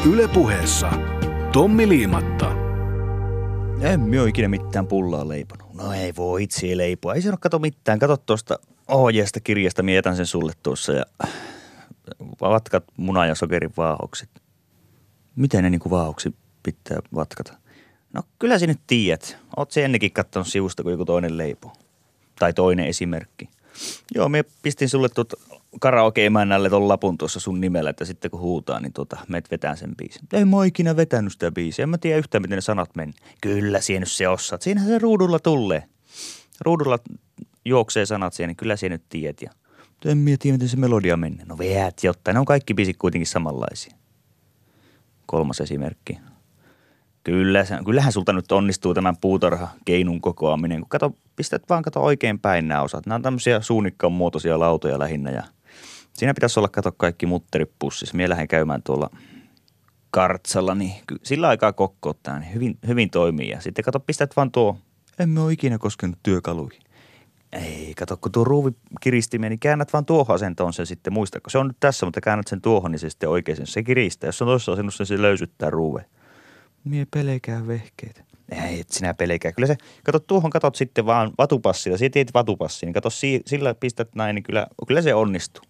Yle Puheessa Tommi Liimatta. En minä ole ikinä mitään pullaa leiponut. No ei voi itse leipoa. Ei se ole kato mitään. Kato tuosta ohjeesta kirjasta. Minä jätän sen sulle tuossa ja vatkat muna- ja sokerin vaahokset. Miten ne niinku vaahokset pitää vatkata? No kyllä sinä nyt tiedät. Oot se ennenkin katsonut sivusta, kun joku toinen leipoo. Tai toinen esimerkki. Joo, minä pistin sulle karaoke-emännälle ton lapun tuossa sun nimellä, että sitten kun huutaa, niin meet vetään sen biisin. Ei mä oon ikinä vetänyt sitä biisiä. En mä tiedä yhtään, miten ne sanat meni. Kyllä, siinä nyt se osaat. Siinähän se ruudulla tulee. Ruudulla juoksee sanat siihen, niin kyllä siinä nyt tiedät. Ja en mä tiedä, miten se melodia menee. No veät jotain. Ne on kaikki biisit kuitenkin samanlaisia. 3. esimerkki. Kyllähän sulta nyt onnistuu tämän puutarha-keinun kokoaminen. Kun pistät vaan oikein päin nämä osat. Nämä on tämmöisiä suunnikkaan muotoisia lautoja lähinnä ja siinä pitäisi olla kaikki mutterit pussissa. Mie lähden käymään tuolla kartsalla, niin sillä aikaa kokkouttaa, niin hyvin toimii. Ja sitten pistät vaan emme ole ikinä koskenut työkaluihin. Ei, kun tuo ruuvi kiristimeen, niin käännät vaan tuohon asentoon sen sitten. Muistako, se on nyt tässä, mutta käännät sen tuohon, niin se sitten oikein se kiristää. Jos on toisessa asennossa, niin se löysyttää ruuve. Mie pelkää vehkeitä. Ei, et sinä pelkää. Kyllä se, tuohon sitten vaan vatupassilla. Siitä teet vatupassia, niin sillä pistät näin, niin kyllä se onnistuu.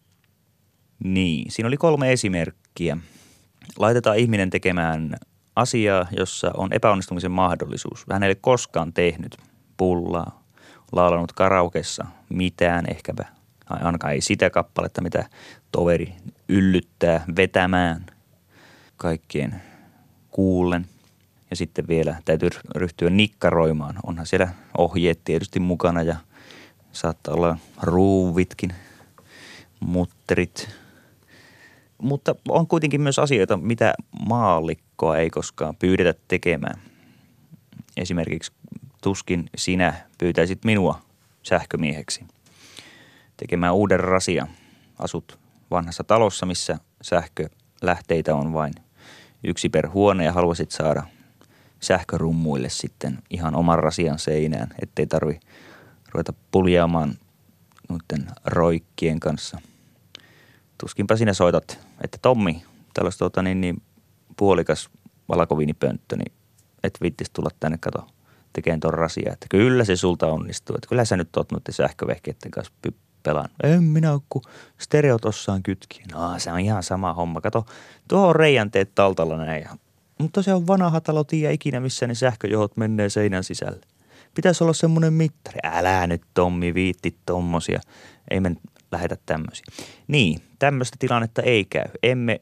Niin, siinä oli 3 esimerkkiä. Laitetaan ihminen tekemään asiaa, jossa on epäonnistumisen mahdollisuus. Hän ei ole koskaan tehnyt pullaa, laulanut karaokessa mitään ehkäpä. Ainakaan ei sitä kappaletta, mitä toveri yllyttää vetämään kaikkien kuullen. Ja sitten vielä täytyy ryhtyä nikkaroimaan. Onhan siellä ohjeet tietysti mukana ja saattaa olla ruuvitkin, mutterit. Mutta on kuitenkin myös asioita, mitä maallikkoa ei koskaan pyydetä tekemään. Esimerkiksi tuskin sinä pyytäisit minua sähkömieheksi tekemään uuden rasia. Asut vanhassa talossa, missä sähkölähteitä on vain 1 per huone ja haluaisit saada sähkörummuille sitten ihan oman rasian seinään, ettei tarvi ruveta puljaamaan noiden roikkien kanssa. Tuskinpä sinä soitat, että Tommi, tällaista puolikas valkoviinipönttö, niin et viittis tulla tänne tekemään ton rasia. Että kyllä se sulta onnistuu. Että kyllä sä nyt oot noiden sähkövehkeiden kanssa pelaan. En minä ole, kun stereot ossaan kytkiä. No se on ihan sama homma. Kato, tuohon reijän teet taltalla näin. Mutta se on vanha talo, tiedä ikinä missä ne sähköjohot menee seinän sisälle. Pitäisi olla semmoinen mittari. Älä nyt Tommi viitti tommosia. Ei me lähetä tämmöisiä. Niin, tämmöistä tilannetta ei käy. Emme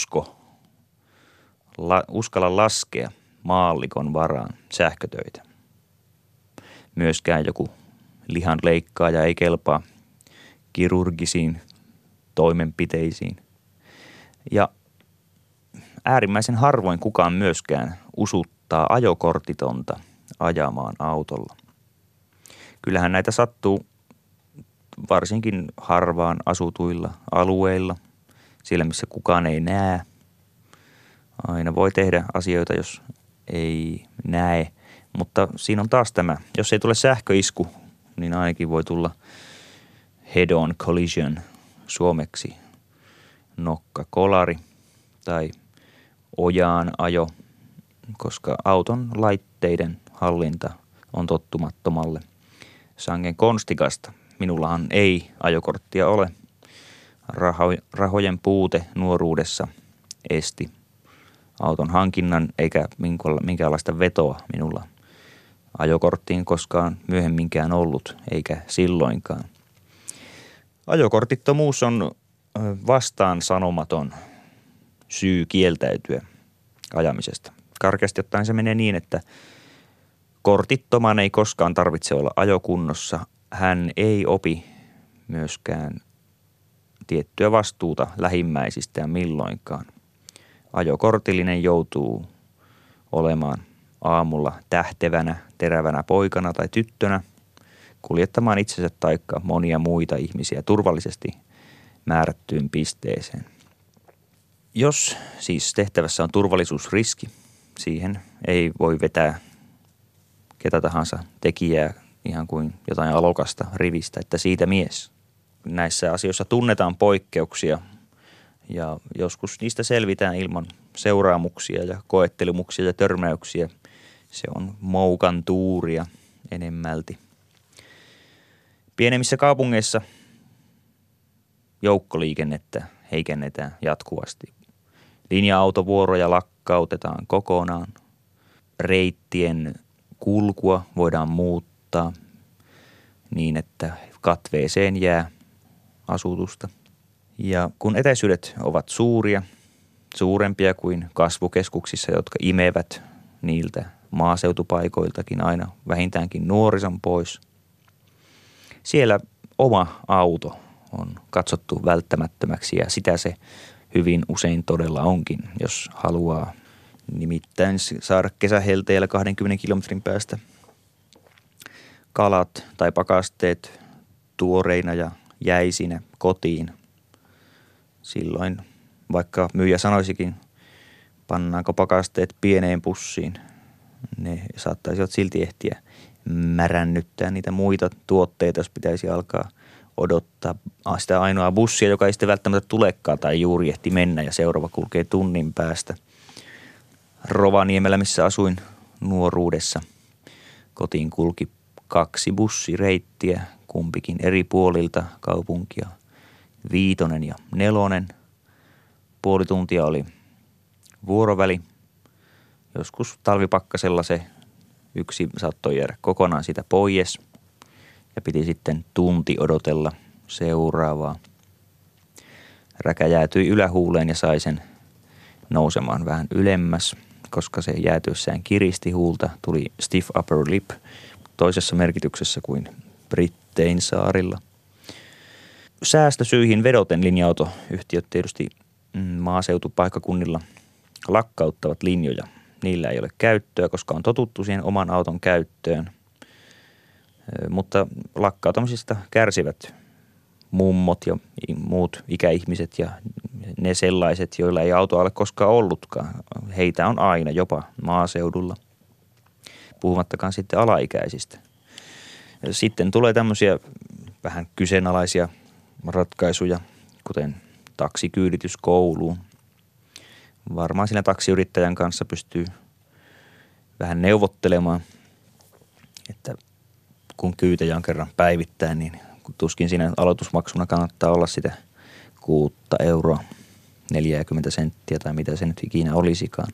uskalla laskea maallikon varaan sähkötöitä. Myöskään joku lihan leikkaaja ei kelpaa kirurgisiin toimenpiteisiin. Ja äärimmäisen harvoin kukaan myöskään usuttaa ajokortitonta ajamaan autolla. Kyllähän näitä sattuu varsinkin harvaan asutuilla alueilla, siellä missä kukaan ei näe. Aina voi tehdä asioita, jos ei näe, mutta siinä on taas tämä. Jos ei tule sähköisku, niin ainakin voi tulla head-on collision, suomeksi nokkakolari tai ojaan ajo, koska auton laitteiden hallinta on tottumattomalle sangen konstikasta. Minullahan ei ajokorttia ole. Rahojen puute nuoruudessa esti auton hankinnan eikä minkäänlaista vetoa minulla ajokorttiin koskaan myöhemminkään ollut, eikä silloinkaan. Ajokortittomuus on vastaan sanomaton syy kieltäytyä ajamisesta. Karkeasti ottaen se menee niin, että kortittoman ei koskaan tarvitse olla ajokunnossa. Hän ei opi myöskään tiettyä vastuuta lähimmäisistään milloinkaan. Ajokortillinen joutuu olemaan aamulla tähtevänä, terävänä poikana tai tyttönä, kuljettamaan itsensä taikka monia muita ihmisiä turvallisesti määrättyyn pisteeseen. Jos siis tehtävässä on turvallisuusriski, siihen ei voi vetää ketä tahansa tekijää ihan kuin jotain alokasta rivistä, että siitä mies. Näissä asioissa tunnetaan poikkeuksia ja joskus niistä selvitään ilman seuraamuksia ja koettelumuksia ja törmäyksiä. Se on moukan tuuria enemmälti. Pienemmissä kaupungeissa joukkoliikennettä heikennetään jatkuvasti. Linja-autovuoroja lakkautetaan kokonaan. Reittien kulkua voidaan muuttaa niin, että katveeseen jää asutusta. Ja kun etäisyydet ovat suurempia kuin kasvukeskuksissa, jotka imevät niiltä maaseutupaikoiltakin aina vähintäänkin nuorison pois, siellä oma auto on katsottu välttämättömäksi ja sitä se hyvin usein todella onkin, jos haluaa nimittäin saada kesähelteillä 20 kilometrin päästä kalat tai pakasteet tuoreina ja jäisinä kotiin. Silloin vaikka myyjä sanoisikin, pannaanko pakasteet pieneen pussiin, ne saattaisivat silti ehtiä märännyttää niitä muita tuotteita, jos pitäisi alkaa odottaa sitä ainoa bussia, joka ei sitten välttämättä tulekaan tai juuri ehti mennä ja seuraava kulkee tunnin päästä. Rovaniemellä, missä asuin nuoruudessa, kotiin kulki 2 bussireittiä, kumpikin eri puolilta kaupunkia, 5 ja 4. Puoli tuntia oli vuoroväli. Joskus talvipakkasella se yksi saattoi jäädä kokonaan siitä pois ja piti sitten tunti odotella seuraavaa. Räkä jäätyi ylähuuleen ja sai sen nousemaan vähän ylemmäs, koska se jäätyessään kiristi huulta. Tuli stiff upper lip toisessa merkityksessä kuin Brittein saarilla. Säästösyihin vedoten linja-autoyhtiöt tietysti maaseutupaikkakunnilla lakkauttavat linjoja. Niillä ei ole käyttöä, koska on totuttu siihen oman auton käyttöön. Mutta lakkauttamisesta kärsivät mummot ja muut ikäihmiset ja ne sellaiset, joilla ei autoa ole koskaan ollutkaan. Heitä on aina, jopa maaseudulla, puhumattakaan sitten alaikäisistä. Sitten tulee tämmöisiä vähän kyseenalaisia ratkaisuja, kuten taksikyyditys kouluun. Varmaan siinä taksiyrittäjän kanssa pystyy vähän neuvottelemaan, että kun kyytejä on kerran päivittäin, niin tuskin siinä aloitusmaksuna kannattaa olla sitä 6 euroa, 40 senttiä tai mitä se nyt ikinä olisikaan.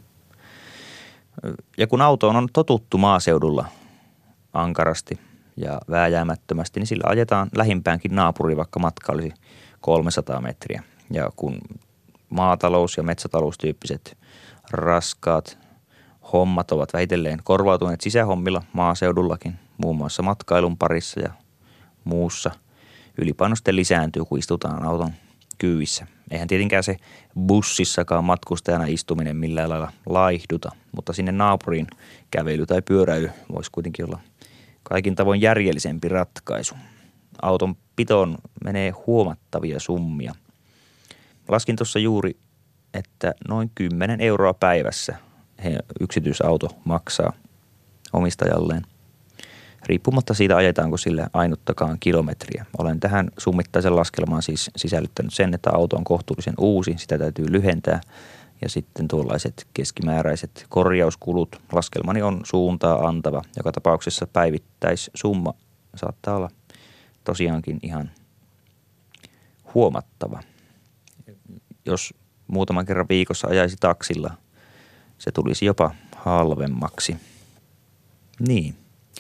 Ja kun autoon on totuttu maaseudulla ankarasti ja vääjäämättömästi, niin sillä ajetaan lähimpäänkin naapuri, vaikka matka olisi 300 metriä. Ja kun maatalous- ja metsätaloustyyppiset raskaat hommat ovat vähitellen korvautuneet sisähommilla maaseudullakin, muun muassa matkailun parissa ja muussa, ylipaino sitten lisääntyy, kun istutaan auton kyyvissä. Eihän tietenkään se bussissakaan matkustajana istuminen millään lailla laihduta, mutta sinne naapuriin kävely tai pyöräily voisi kuitenkin olla kaikin tavoin järjellisempi ratkaisu. Auton pitoon menee huomattavia summia. Laskin tuossa juuri, että noin 10 euroa päivässä yksityisauto maksaa omistajalleen. Riippumatta siitä, ajetaanko sillä ainuttakaan kilometriä. Olen tähän summittaisen laskelmaan siis sisällyttänyt sen, että auto on kohtuullisen uusi, sitä täytyy lyhentää. Ja sitten tuollaiset keskimääräiset korjauskulut. Laskelmani on suuntaa antava. Joka tapauksessa päivittäissumma saattaa olla tosiaankin ihan huomattava. Jos muutaman kerran viikossa ajaisi taksilla, se tulisi jopa halvemmaksi. Niin.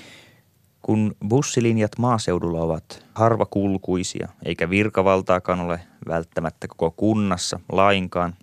Kun bussilinjat maaseudulla ovat harvakulkuisia, eikä virkavaltaakaan ole välttämättä koko kunnassa lainkaan,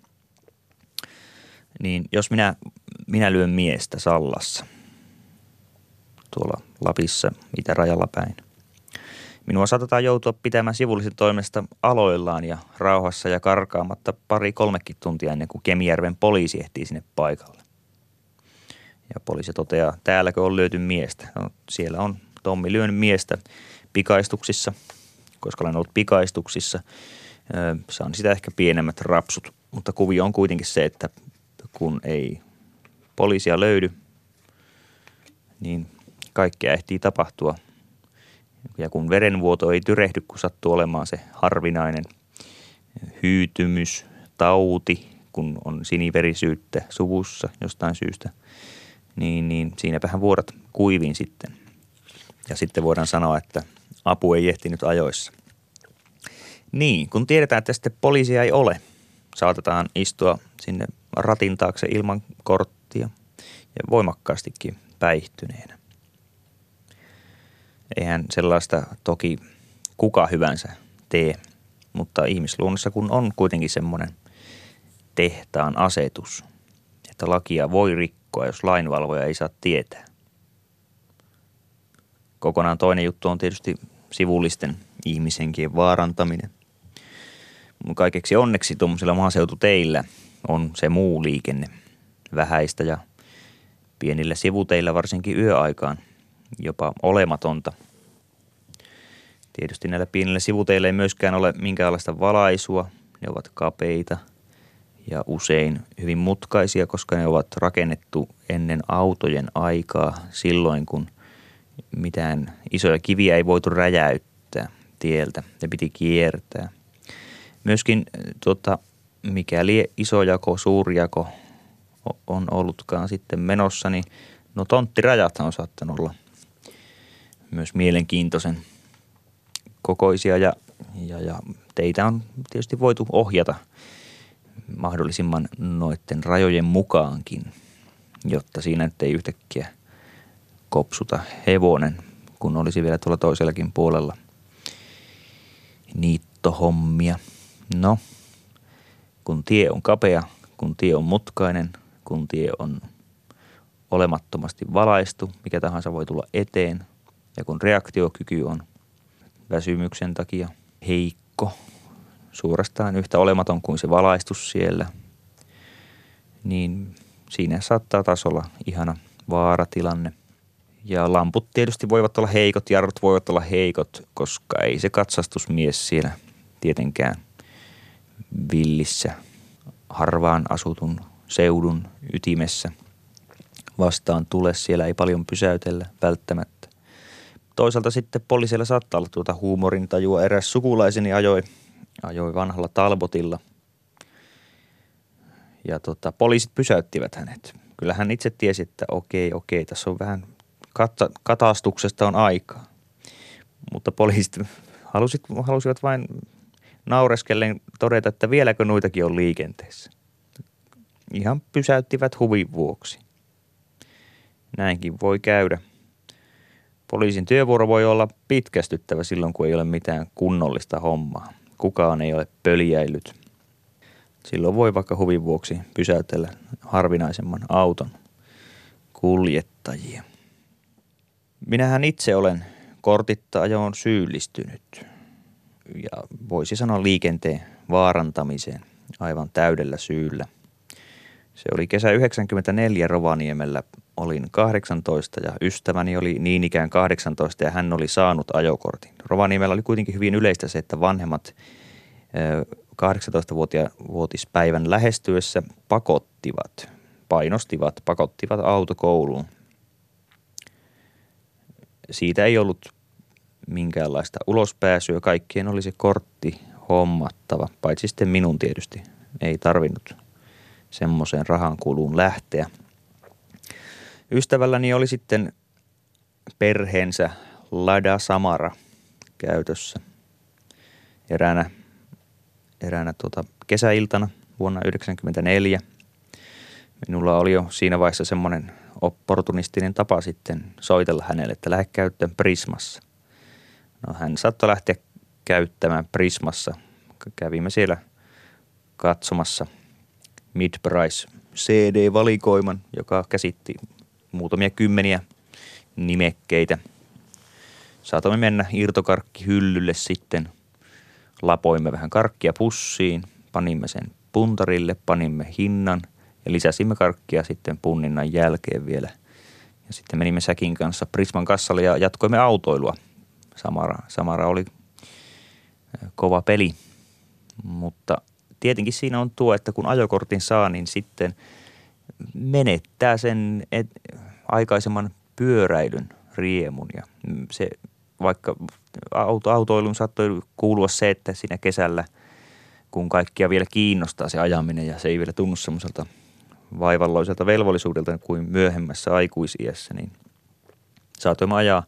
niin jos minä lyön miestä Sallassa, tuolla Lapissa itärajalla päin, minua saatetaan joutua pitämään sivullisen toimesta aloillaan ja rauhassa ja karkaamatta 2-3 tuntia ennen kuin Kemijärven poliisi ehtii sinne paikalle. Ja poliisi toteaa, täälläkö on löyty miestä. No, siellä on Tommi lyönyt miestä pikaistuksissa, koska olen ollut pikaistuksissa. Saan sitä ehkä pienemmät rapsut, mutta kuvio on kuitenkin se, että kun ei poliisia löydy, niin kaikkea ehtii tapahtua. Ja kun verenvuoto ei tyrehdy, kun sattuu olemaan se harvinainen hyytymys, tauti kun on siniverisyyttä suvussa jostain syystä, niin siinäpähän vuodat kuivin sitten. Ja sitten voidaan sanoa, että apu ei ehtinyt ajoissa. Niin, kun tiedetään, että sitten poliisia ei ole, saatetaan istua sinne ratin taakse ilman korttia ja voimakkaastikin päihtyneenä. Eihän sellaista toki kuka hyvänsä tee, mutta ihmisluonnossa kun on kuitenkin semmoinen tehtaan asetus, että lakia voi rikkoa, jos lainvalvoja ei saa tietää. Kokonaan toinen juttu on tietysti sivullisten ihmishenkien vaarantaminen. Kaikeksi onneksi tuommoisilla maaseututeillä on se muu liikenne vähäistä ja pienillä sivuteillä varsinkin yöaikaan jopa olematonta. Tietysti näillä pienillä sivuteillä ei myöskään ole minkäänlaista valaisua. Ne ovat kapeita ja usein hyvin mutkaisia, koska ne ovat rakennettu ennen autojen aikaa silloin, kun mitään isoja kiviä ei voitu räjäyttää tieltä. Ne piti kiertää. Myöskin mikäli isojako, suurjako on ollutkaan sitten menossa, niin tonttirajathan on saattanut olla myös mielenkiintoisen kokoisia ja teitä on tietysti voitu ohjata mahdollisimman noiden rajojen mukaankin, jotta siinä nyt ei yhtäkkiä kopsuta hevonen, kun olisi vielä tuolla toisellakin puolella niittohommia. No, kun tie on kapea, kun tie on mutkainen, kun tie on olemattomasti valaistu, mikä tahansa voi tulla eteen, ja kun reaktiokyky on väsymyksen takia heikko, suorastaan yhtä olematon kuin se valaistus siellä, niin siinä saattaa taas olla ihana vaaratilanne. Ja lamput tietysti voivat olla heikot, jarrut voivat olla heikot, koska ei se katsastusmies siellä tietenkään villissä harvaan asutun seudun ytimessä vastaan tule. Siellä ei paljon pysäytellä välttämättä. Toisaalta sitten poliisilla saattaa olla tuota huumorintajua. Eräs sukulaiseni ajoi vanhalla Talbotilla ja poliisit pysäyttivät hänet. Kyllä hän itse tiesi, että okei, tässä on vähän katastuksesta on aikaa. Mutta poliisit halusivat vain naureskellen todeta, että vieläkö noitakin on liikenteessä. Ihan pysäyttivät huvin vuoksi. Näinkin voi käydä. Poliisin työvuoro voi olla pitkästyttävä silloin, kun ei ole mitään kunnollista hommaa. Kukaan ei ole pöljäillyt. Silloin voi vaikka huvin vuoksi pysäytellä harvinaisemman auton kuljettajia. Minähän itse olen kortitta ajoon syyllistynyt ja voisi sanoa liikenteen vaarantamiseen aivan täydellä syyllä. Se oli kesä 1994 Rovaniemellä. Olin 18 ja ystäväni oli niin ikään 18 ja hän oli saanut ajokortin. Rovaniemellä oli kuitenkin hyvin yleistä se, että vanhemmat 18-vuotispäivän lähestyessä pakottivat autokouluun. Siitä ei ollut minkäänlaista ulospääsyä. Kaikkien oli se kortti hommattava, paitsi sitten minun tietysti. Ei tarvinnut semmoiseen rahankuluun lähteä. Ystävälläni oli sitten perheensä Lada Samara käytössä eräänä kesäiltana vuonna 1994. Minulla oli jo siinä vaiheessa semmoinen opportunistinen tapa sitten soitella hänelle, että lähde käyttämään Prismassa. No hän saattoi lähteä käyttämään Prismassa. Kävimme siellä katsomassa mid-price CD-valikoiman, joka käsitti muutamia kymmeniä nimekkeitä. Saatoimme mennä irtokarkkihyllylle sitten, lapoimme vähän karkkia pussiin, panimme sen puntarille, panimme hinnan ja lisäsimme karkkia sitten punninnan jälkeen vielä. Ja sitten menimme säkin kanssa Prisman kassalle ja jatkoimme autoilua. Samara oli kova peli, mutta tietenkin siinä on tuo, että kun ajokortin saa, niin sitten menettää sen aikaisemman pyöräilyn riemun. Ja se, vaikka autoilun saattoi kuulua se, että siinä kesällä kun kaikkia vielä kiinnostaa se ajaminen ja se ei vielä tunnu semmoiselta vaivalloiselta velvollisuudelta kuin myöhemmässä aikuisiässä, niin saatoimme ajaa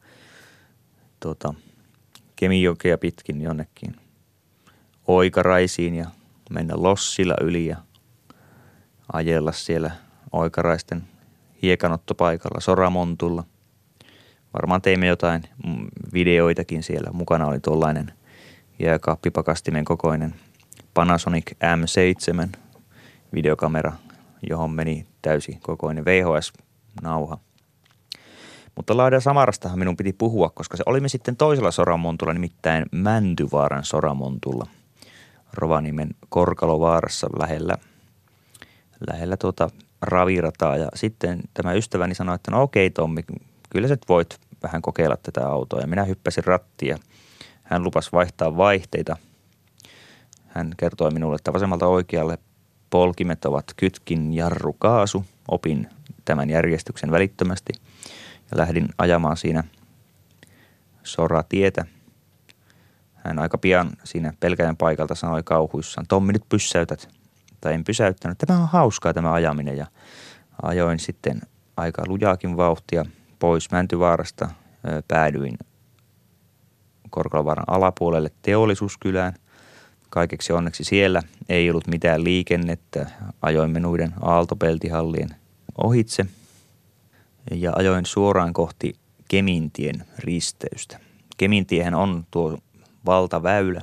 Kemijokea pitkin jonnekin Oikaraisiin ja mennä lossilla yli ja ajella siellä Oikaraisten hiekanottopaikalla Soramontulla. Varmaan teimme jotain videoitakin siellä. Mukana oli tuollainen jääkaappipakastimen kokoinen Panasonic M7 videokamera, johon meni täysi kokoinen VHS-nauha. Mutta Lahden Samarastahan minun piti puhua, koska se olimme sitten toisella Soramontulla, nimittäin Mäntyvaaran Soramontulla. Rovaniemen Korkalovaarassa lähellä ravirataa. Ja sitten tämä ystäväni sanoi, että no okei Tommi, kyllä sä voit vähän kokeilla tätä autoa. Ja minä hyppäsin rattiin ja hän lupasi vaihtaa vaihteita. Hän kertoi minulle, että vasemmalta oikealle polkimet ovat kytkin, jarru, kaasu. Opin tämän järjestyksen välittömästi ja lähdin ajamaan siinä soratietä. Hän aika pian siinä pelkäjän paikalta sanoi kauhuissaan, Tommi nyt pysäytät. Tai en pysäyttänyt. Tämä on hauskaa tämä ajaminen ja ajoin sitten aika lujaakin vauhtia pois Mäntyvaarasta. Päädyin Korkelavaaran alapuolelle Teollisuuskylään. Kaikeksi onneksi siellä ei ollut mitään liikennettä. Ajoimme noiden Aaltopeltihallien ohitse ja ajoin suoraan kohti Kemintien risteystä. Kemintiehän on tuo valtaväylä,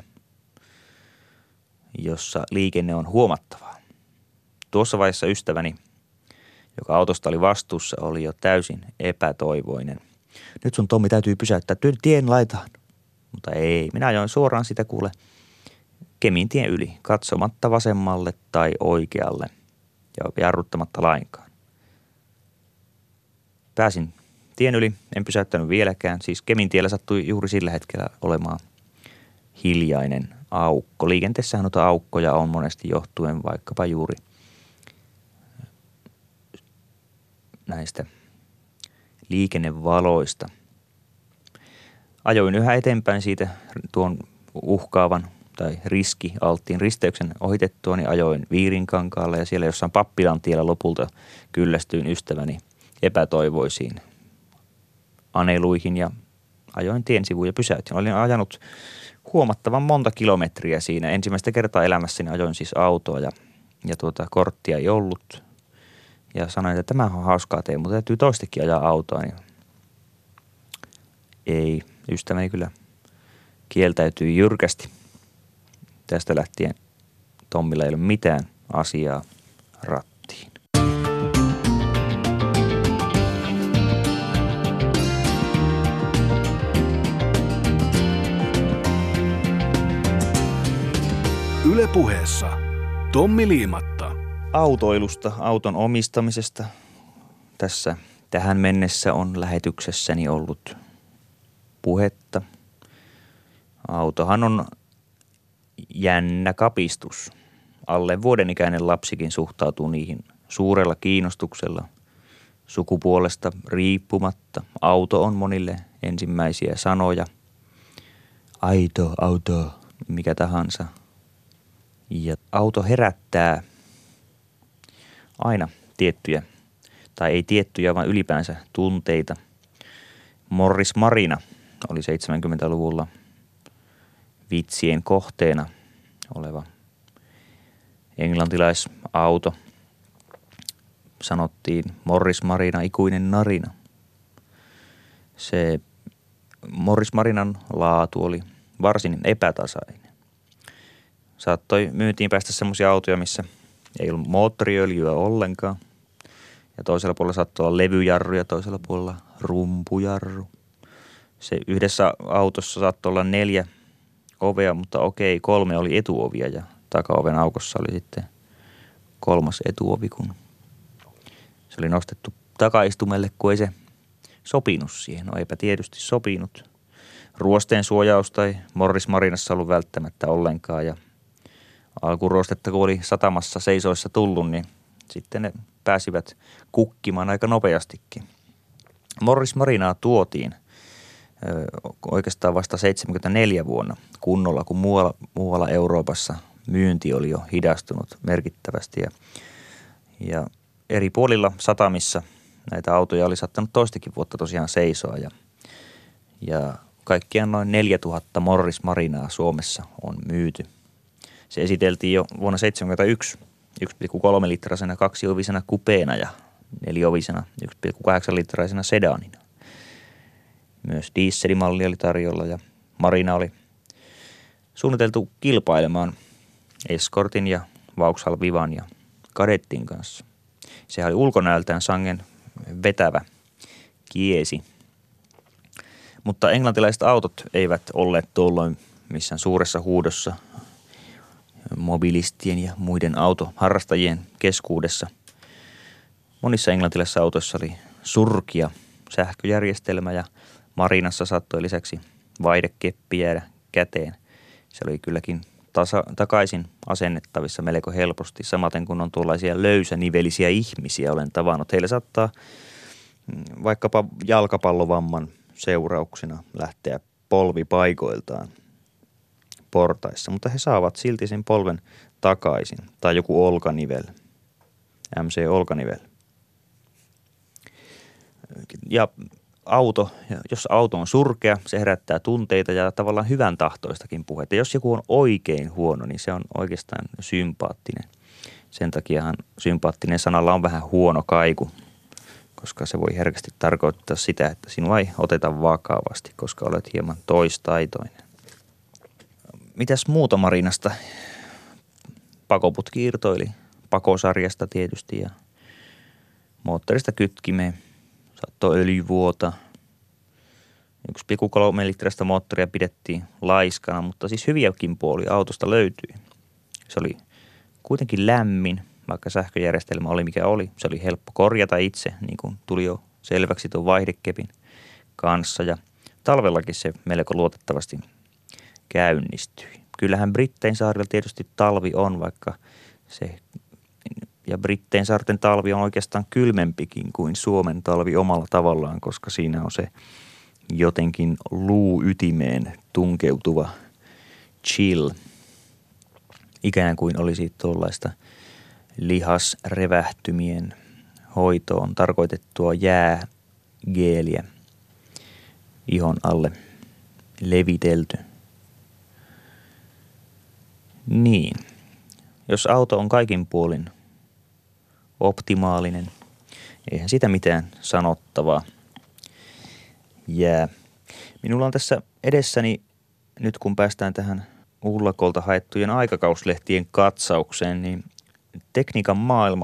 jossa liikenne on huomattavaa. Tuossa vaiheessa ystäväni, joka autosta oli vastuussa, oli jo täysin epätoivoinen. Nyt sun Tommi täytyy pysäyttää tien laitaan. Mutta ei, minä ajoin suoraan sitä kuule Kemintien yli, katsomatta vasemmalle tai oikealle ja jarruttamatta lainkaan. Pääsin tien yli, en pysäyttänyt vieläkään. Siis Kemintiellä sattui juuri sillä hetkellä olemaan hiljainen aukko. Liikenteessähän noita aukkoja on monesti johtuen vaikkapa juuri näistä liikennevaloista. Ajoin yhä eteenpäin siitä tuon uhkaavan tai riskialttiin risteyksen ohitettua, niin ajoin Viirinkankaalle ja siellä jossain Pappilan tiellä lopulta kyllästyin ystäväni epätoivoisiin aneluihin ja ajoin tien sivuun ja pysäytin. Olin ajanut huomattavan monta kilometriä siinä. Ensimmäistä kertaa elämässäni ajoin siis autoa ja korttia ei ollut. Ja sanoin, että tämä on hauskaa tehdä, mutta täytyy toistekin ajaa autoa. Niin ei, ystäväni kyllä kieltäytyi jyrkästi. Tästä lähtien Tommilla ei ole mitään asiaa rattiin. Yle Puheessa Tommi Liimatta. Autoilusta, auton omistamisesta tässä tähän mennessä on lähetyksessäni ollut puhetta. Autohan on jännä kapistus. Alle vuodenikäinen lapsikin suhtautuu niihin suurella kiinnostuksella. Sukupuolesta riippumatta auto on monille ensimmäisiä sanoja. Aito, auto, mikä tahansa. Ja auto herättää aina tiettyjä, tai ei tiettyjä, vaan ylipäänsä tunteita. Morris Marina oli 70-luvulla vitsien kohteena oleva englantilaisauto. Sanottiin Morris Marina, ikuinen narina. Se Morris Marinan laatu oli varsin epätasainen. Saattoi myyntiin päästä semmoisia autoja, missä ei ollut moottoriöljyä ollenkaan. Ja toisella puolella saattoi olla levyjarru ja toisella puolella rumpujarru. Se yhdessä autossa saattoi olla 4 ovea, mutta okei, 3 oli etuovia ja takaoven aukossa oli sitten 3. etuovi, kun se oli nostettu takaistumelle, kun ei se sopinut siihen. No eipä tietysti sopinut. Ruosteen suojausta ei Morris Marinassa ollut välttämättä ollenkaan ja alkuruostetta, kun oli satamassa seisoissa tullut, niin sitten ne pääsivät kukkimaan aika nopeastikin. Morris Marinaa tuotiin oikeastaan vasta 74 vuonna kunnolla, kun muualla Euroopassa myynti oli jo hidastunut merkittävästi ja eri puolilla satamissa näitä autoja oli saattanut toistakin vuotta tosiaan seisoa ja kaikkiaan noin 4000 Morris Marinaa Suomessa on myyty. Se esiteltiin jo vuonna 1971 1,3-litrasena 2-ovisena kupeena ja 4-ovisena 1,8-litraisena sedanina. Myös dieselimalli oli tarjolla ja Marina oli suunniteltu kilpailemaan Escortin ja Vauxhall Vivan ja Kadettin kanssa. Sehän oli ulkonäöltään sangen vetävä kiesi. Mutta englantilaiset autot eivät olleet tuolloin missään suuressa huudossa mobilistien ja muiden autoharrastajien keskuudessa. Monissa englantilaisissa autoissa oli surkia sähköjärjestelmä ja Marinassa saattoi lisäksi vaihdekeppi jäädä käteen. Se oli kylläkin takaisin asennettavissa melko helposti, samaten kun on tuollaisia löysänivelisiä ihmisiä olen tavannut. Heillä saattaa vaikkapa jalkapallovamman seurauksena lähteä polvipaikoiltaan portaissa, mutta he saavat silti sen polven takaisin. Tai joku olkanivel, MC-olkanivel. Ja jos auto on surkea, se herättää tunteita ja tavallaan hyvän tahtoistakin puhetta. Jos joku on oikein huono, niin se on oikeastaan sympaattinen. Sen takiahan sympaattinen sanalla on vähän huono kaiku, koska se voi herkästi tarkoittaa sitä, että sinua ei oteta vakavasti, koska olet hieman toistaitoinen. Mitäs muuta Marinasta? Pakoputki irtoili pakosarjasta tietysti ja moottorista kytkimeen. Saattoi öljyvuota. 1,3-litrasta moottoria pidettiin laiskana, mutta siis hyviäkin puolia autosta löytyi. Se oli kuitenkin lämmin, vaikka sähköjärjestelmä oli mikä oli. Se oli helppo korjata itse, niin kuin tuli jo selväksi tuon vaihdekepin kanssa. Ja talvellakin se melko luotettavasti käynnistyi. Kyllähän Brittein saarilla tietysti talvi on, vaikka se ja Brittein saarten talvi on oikeastaan kylmempikin kuin Suomen talvi omalla tavallaan, koska siinä on se jotenkin luuytimeen tunkeutuva chill. Ikään kuin olisi tuollaista lihasrevähtymien hoitoon tarkoitettua jäägeeliä ihon alle levitelty. Niin, jos auto on kaikin puolin optimaalinen, eihän sitä mitään sanottavaa jää. Minulla on tässä edessäni, nyt kun päästään tähän Ullakolta haettujen aikakauslehtien katsaukseen, niin Tekniikan maailma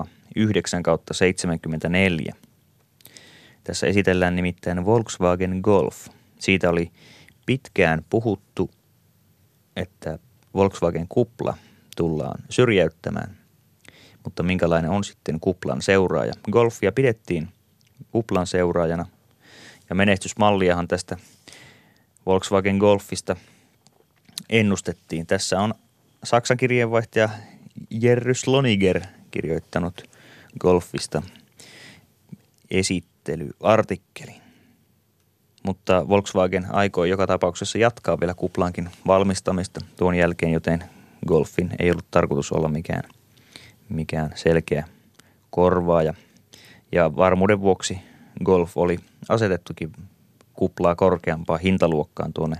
9/74. Tässä esitellään nimittäin Volkswagen Golf. Siitä oli pitkään puhuttu, että Volkswagen kupla tullaan syrjäyttämään. Mutta minkälainen on sitten kuplan seuraaja? Golfia pidettiin kuplan seuraajana ja menestysmalliahan tästä Volkswagen Golfista ennustettiin. Tässä on Saksan kirjeenvaihtaja Jerry Sloniger kirjoittanut Golfista esittelyartikkelin. Mutta Volkswagen aikoi joka tapauksessa jatkaa vielä kuplankin valmistamista tuon jälkeen, joten Golfin ei ollut tarkoitus olla mikään selkeä korvaaja. Ja varmuuden vuoksi Golf oli asetettukin kuplaa korkeampaa hintaluokkaan tuonne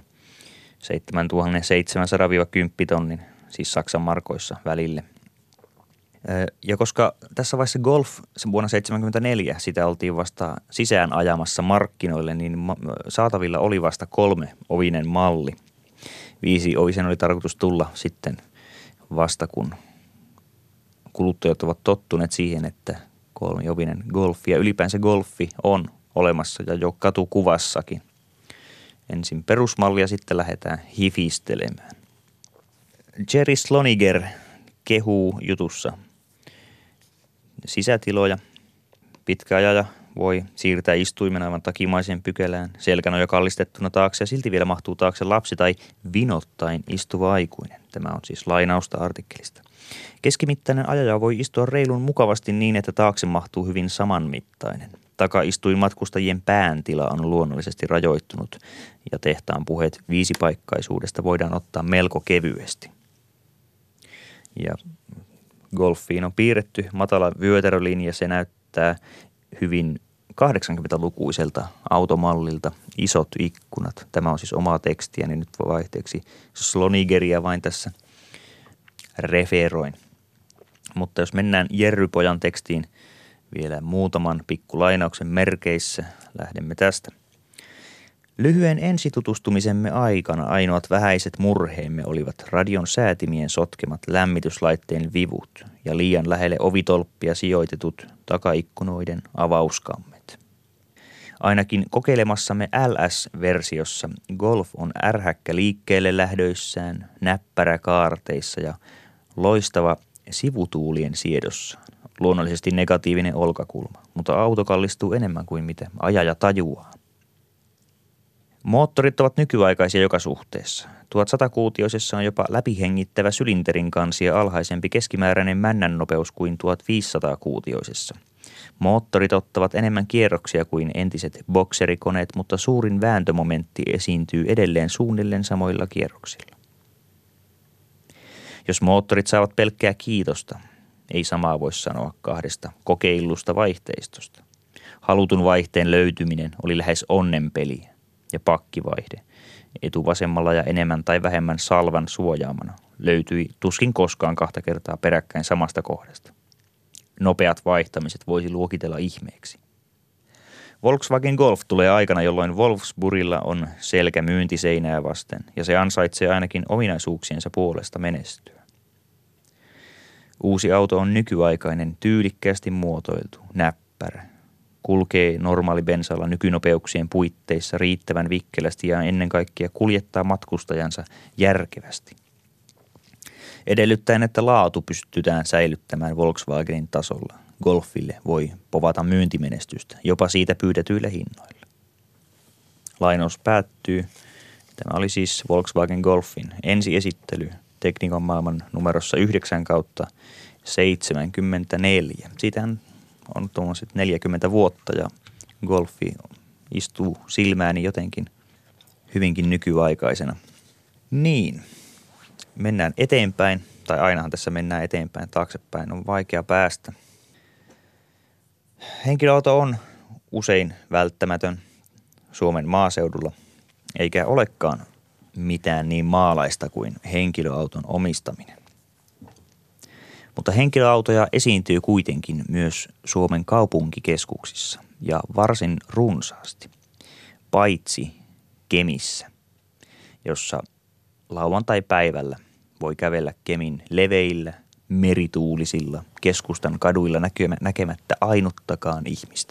7,700–10 tonnin, siis Saksan markoissa välille. Ja koska tässä vaiheessa Golf vuonna 1974 sitä oltiin vasta sisään ajamassa markkinoille, niin saatavilla oli vasta 3-ovinen malli. 5-ovisen oli tarkoitus tulla sitten vasta, kun kuluttajat ovat tottuneet siihen, että 3-ovinen Golf ja ylipäänsä Golfi on olemassa ja jo katukuvassakin. Ensin perusmallia, sitten lähdetään hifistelemään. Jerry Sloniger kehuu jutussa sisätiloja. Pitkä ajaja voi siirtää istuimen aivan takimaiseen pykälään, selkänoja kallistettuna taakse ja silti vielä mahtuu taakse lapsi tai vinottain istuva aikuinen. Tämä on siis lainausta artikkelista. Keskimittainen ajaja voi istua reilun mukavasti niin, että taakse mahtuu hyvin samanmittainen. Takaistuin matkustajien pään tila on luonnollisesti rajoittunut ja tehtaan puheet 5-paikkaisuudesta voidaan ottaa melko kevyesti. Ja Golfiin on piirretty matala vyötärölinja. Se näyttää hyvin 80-lukuiselta automallilta, isot ikkunat. Tämä on siis omaa tekstiä, niin nyt vaihteeksi Slonigeria vain tässä referoin. Mutta jos mennään Jerrypojan tekstiin vielä muutaman pikkulainauksen merkeissä, lähdemme tästä. Lyhyen ensitutustumisemme aikana ainoat vähäiset murheemme olivat radion säätimien sotkemat lämmityslaitteen vivut ja liian lähelle ovitolppia sijoitetut takaikkunoiden avauskammet. Ainakin kokeilemassamme LS-versiossa Golf on ärhäkkä liikkeelle lähdöissään, näppärä kaarteissa ja loistava sivutuulien siedossaan. Luonnollisesti negatiivinen olkakulma, mutta auto kallistuu enemmän kuin mitä ajaja tajuaa. Moottorit ovat nykyaikaisia joka suhteessa. 1100-kuutioisessa on jopa läpihengittävä sylinterin kansi ja alhaisempi keskimääräinen männän nopeus kuin 1500-kuutioisessa. Moottorit ottavat enemmän kierroksia kuin entiset bokserikoneet, mutta suurin vääntömomentti esiintyy edelleen suunnilleen samoilla kierroksilla. Jos moottorit saavat pelkkää kiitosta, ei samaa voi sanoa kahdesta kokeillusta vaihteistosta. Halutun vaihteen löytyminen oli lähes onnenpeliä ja pakkivaihde. Etuvasemmalla ja enemmän tai vähemmän salvan suojaamana löytyi tuskin koskaan 2 kertaa peräkkäin samasta kohdasta. Nopeat vaihtamiset voisi luokitella ihmeeksi. Volkswagen Golf tulee aikana, jolloin Wolfsburgilla on selkä myyntiseinää vasten ja se ansaitsee ainakin ominaisuuksiensa puolesta menestyä. Uusi auto on nykyaikainen, tyylikkäästi muotoiltu, näppärä. Kulkee normaalibensalla nykynopeuksien puitteissa riittävän vikkelästi ja ennen kaikkea kuljettaa matkustajansa järkevästi. Edellyttäen, että laatu pystytään säilyttämään Volkswagenin tasolla, Golfille voi povata myyntimenestystä, jopa siitä pyydetyillä hinnoilla. Lainaus päättyy. Tämä oli siis Volkswagen Golfin ensiesittely tekniikan maailman numerossa 9/74. Siitähän on tuommoiset 40 vuotta ja Golfi istuu silmääni jotenkin hyvinkin nykyaikaisena. Niin, mennään eteenpäin, tai ainahan tässä mennään eteenpäin, taaksepäin on vaikea päästä. Henkilöauto on usein välttämätön Suomen maaseudulla, eikä olekaan mitään niin maalaista kuin henkilöauton omistaminen. Mutta henkilöautoja esiintyy kuitenkin myös Suomen kaupunkikeskuksissa ja varsin runsaasti, paitsi Kemissä, jossa lauantai-päivällä voi kävellä Kemin leveillä, merituulisilla keskustan kaduilla näkemättä ainuttakaan ihmistä.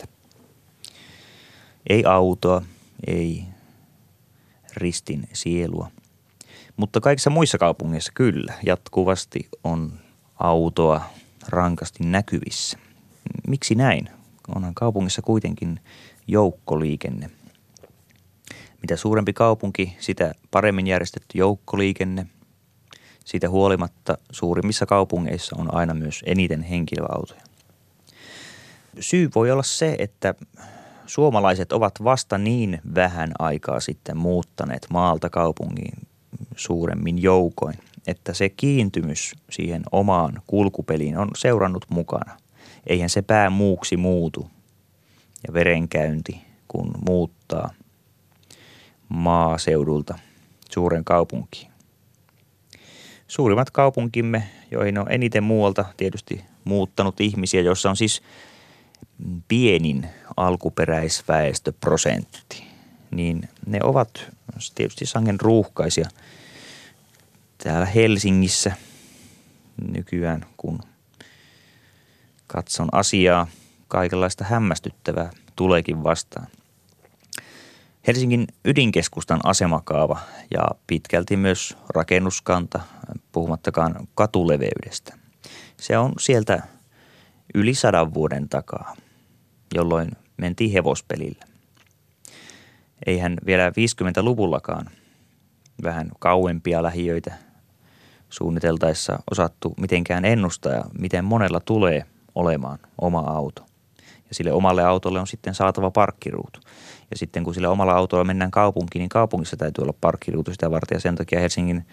Ei autoa, ei ristin sielua, mutta kaikissa muissa kaupungeissa kyllä jatkuvasti on autoa rankasti näkyvissä. Miksi näin? Onhan kaupungissa kuitenkin joukkoliikenne. Mitä suurempi kaupunki, sitä paremmin järjestetty joukkoliikenne. Siitä huolimatta suurimmissa kaupungeissa on aina myös eniten henkilöautoja. Syy voi olla se, että suomalaiset ovat vasta niin vähän aikaa sitten muuttaneet maalta kaupungiin suuremmin joukoin, että se kiintymys siihen omaan kulkupeliin on seurannut mukana. Eihän se pää muuksi muutu ja verenkäynti, kun muuttaa maaseudulta suuren kaupunkiin. Suurimmat kaupunkimme, joihin on eniten muualta tietysti muuttanut ihmisiä, joissa on siis pienin alkuperäisväestöprosentti, niin ne ovat tietysti sangen ruuhkaisia. Täällä Helsingissä nykyään, kun katson asiaa, kaikenlaista hämmästyttävää tuleekin vastaan. Helsingin ydinkeskustan asemakaava ja pitkälti myös rakennuskanta, puhumattakaan katuleveydestä. Se on sieltä yli 100 vuoden takaa, jolloin mentiin hevospelillä. Eihän vielä 50-luvullakaan vähän kauempia lähiöitä suunniteltaessa osattu mitenkään ennustaa, miten monella tulee olemaan oma auto. Ja sille omalle autolle on sitten saatava parkkiruutu. Ja sitten kun sillä omalla autolla mennään kaupunkiin, niin kaupungissa täytyy olla parkkiruutu sitä varten. Ja sen takia Helsingin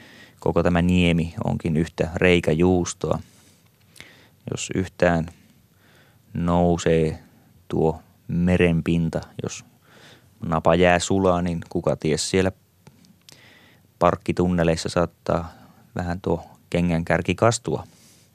koko tämä niemi onkin yhtä reikäjuustoa. Jos yhtään nousee tuo merenpinta, jos napa jää sulaa, niin kuka ties siellä parkkitunneleissa saattaa vähän tuo kengänkärki kastua.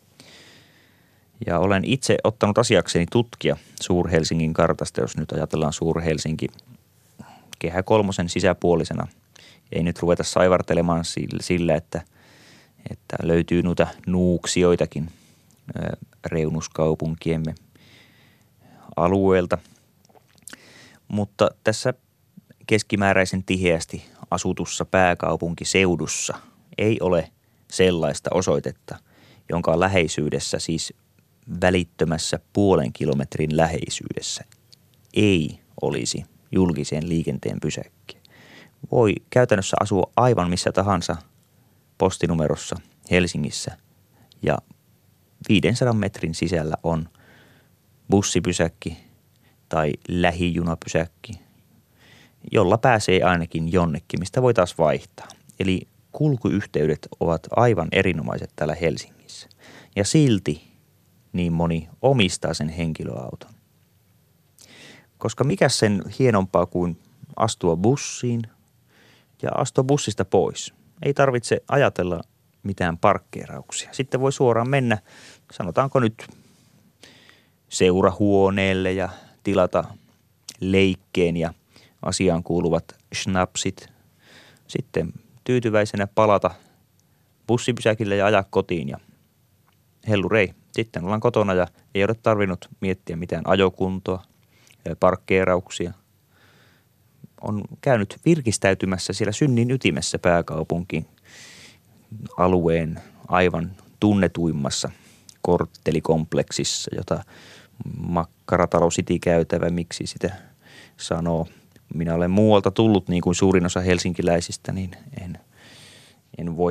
Ja olen itse ottanut asiakseni tutkia Suur-Helsingin kartasta, jos nyt ajatellaan Suur-Helsinki Kehä kolmosen sisäpuolisena. Ei nyt ruveta saivartelemaan sillä, että löytyy noita nuuksioitakin reunuskaupunkiemme alueelta. Mutta tässä keskimääräisen tiheästi asutussa pääkaupunkiseudussa ei ole sellaista osoitetta, jonka läheisyydessä, siis välittömässä 0,5 kilometrin läheisyydessä, ei olisi julkisen liikenteen pysäkkiä. Voi käytännössä asua aivan missä tahansa postinumerossa Helsingissä ja 500 metrin sisällä on bussipysäkki tai lähijunapysäkki, jolla pääsee ainakin jonnekin, mistä voi taas vaihtaa. Eli kulkuyhteydet ovat aivan erinomaiset täällä Helsingissä. Ja silti niin moni omistaa sen henkilöauton. Koska mikä sen hienompaa kuin astua bussiin ja astua bussista pois. Ei tarvitse ajatella mitään parkkeerauksia. Sitten voi suoraan mennä, sanotaanko nyt seurahuoneelle ja tilata leikkeen ja asiaan kuuluvat schnapsit. Sitten tyytyväisenä palata bussipysäkille ja ajaa kotiin ja hellurei. Sitten ollaan kotona ja ei ole tarvinnut miettiä mitään ajokuntoa, parkkeerauksia. On käynyt virkistäytymässä siellä synnin ytimessä pääkaupunkin alueen aivan tunnetuimmassa korttelikompleksissa, jota Makkaratalo City käytävä, miksi sitä sanoo. Minä olen muualta tullut niin kuin suurin osa helsinkiläisistä, niin en voi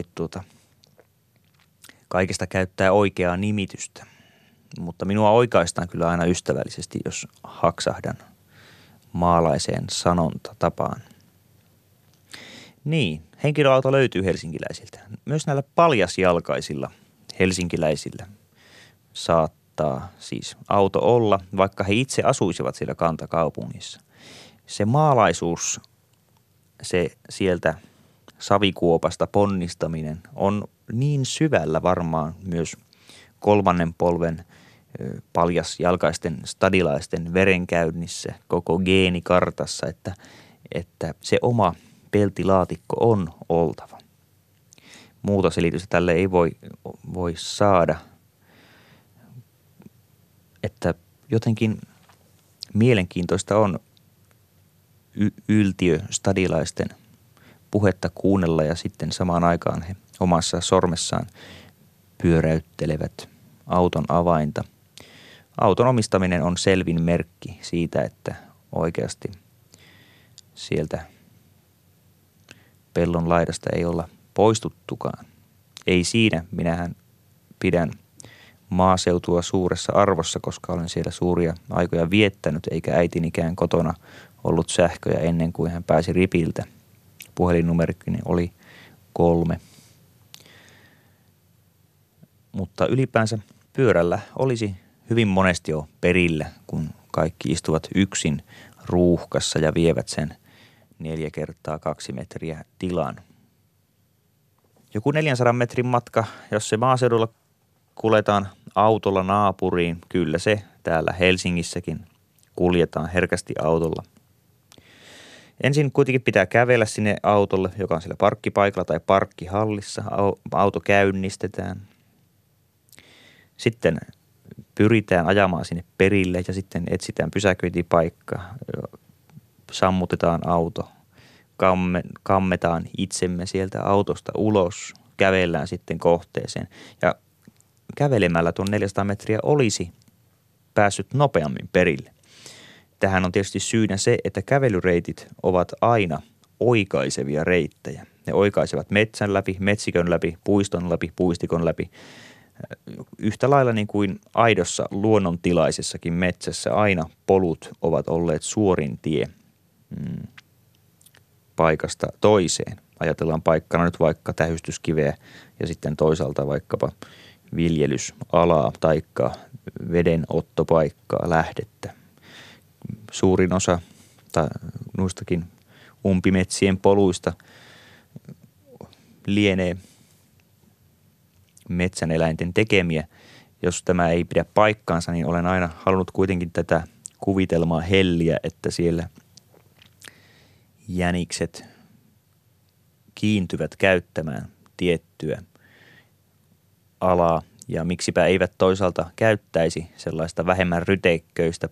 kaikesta käyttää oikeaa nimitystä. Mutta minua oikaistaan kyllä aina ystävällisesti, jos haksahdan maalaiseen sanontatapaan. Niin, henkilöauto löytyy helsinkiläisiltä. Myös näillä paljasjalkaisilla helsinkiläisillä saattaa siis auto olla, vaikka he itse asuisivat siellä kantakaupungissa. Se maalaisuus, se sieltä savikuopasta ponnistaminen on niin syvällä varmaan myös kolmannen polven paljasjalkaisten stadilaisten verenkäynnissä, koko geenikartassa, että se oma peltilaatikko on oltava. Muuta selitystä tälle ei voi saada, että jotenkin mielenkiintoista on yltiöstadilaisten puhetta kuunnella ja sitten samaan aikaan he omassa sormessaan pyöräyttelevät auton avainta. Auton omistaminen on selvin merkki siitä, että oikeasti sieltä pellon laidasta ei olla poistuttukaan. Ei siinä, minähän pidän maaseutua suuressa arvossa, koska olen siellä suuria aikoja viettänyt, eikä äitinikään kotona ollut sähköjä ennen kuin hän pääsi ripiltä. Puhelinnumerikki oli 3. Mutta ylipäänsä pyörällä olisi hyvin monesti jo perillä, kun kaikki istuvat yksin ruuhkassa ja vievät sen 4 × 2 metriä tilan. Joku 400 metrin matka, jos se maaseudulla kuljetaan autolla naapuriin, kyllä se täällä Helsingissäkin kuljetaan herkästi autolla. Ensin kuitenkin pitää kävellä sinne autolle, joka on siellä parkkipaikalla tai parkkihallissa. Auto käynnistetään. Sitten pyritään ajamaan sinne perille ja sitten etsitään pysäköintipaikka. Sammutetaan auto. Kammetaan itsemme sieltä autosta ulos. Kävellään sitten kohteeseen. Ja kävelemällä tuon 400 metriä olisi päässyt nopeammin perille. Tähän on tietysti syynä se, että kävelyreitit ovat aina oikaisevia reittejä. Ne oikaisevat metsän läpi, metsikön läpi, puiston läpi, puistikon läpi. Yhtä lailla niin kuin aidossa luonnontilaisessakin metsässä aina polut ovat olleet suorin tie paikasta toiseen. ajatellaan paikkana nyt vaikka tähystyskiveä ja sitten toisaalta vaikkapa viljelysalaa taikka vedenottopaikkaa, lähdettä. Suurin osa noistakin umpimetsien poluista lienee metsäneläinten tekemiä. Jos tämä ei pidä paikkaansa, niin olen aina halunnut kuitenkin tätä kuvitelmaa helliä, että siellä jänikset kiintyvät käyttämään tiettyä alaa ja miksipä eivät toisaalta käyttäisi sellaista vähemmän ryteikköistä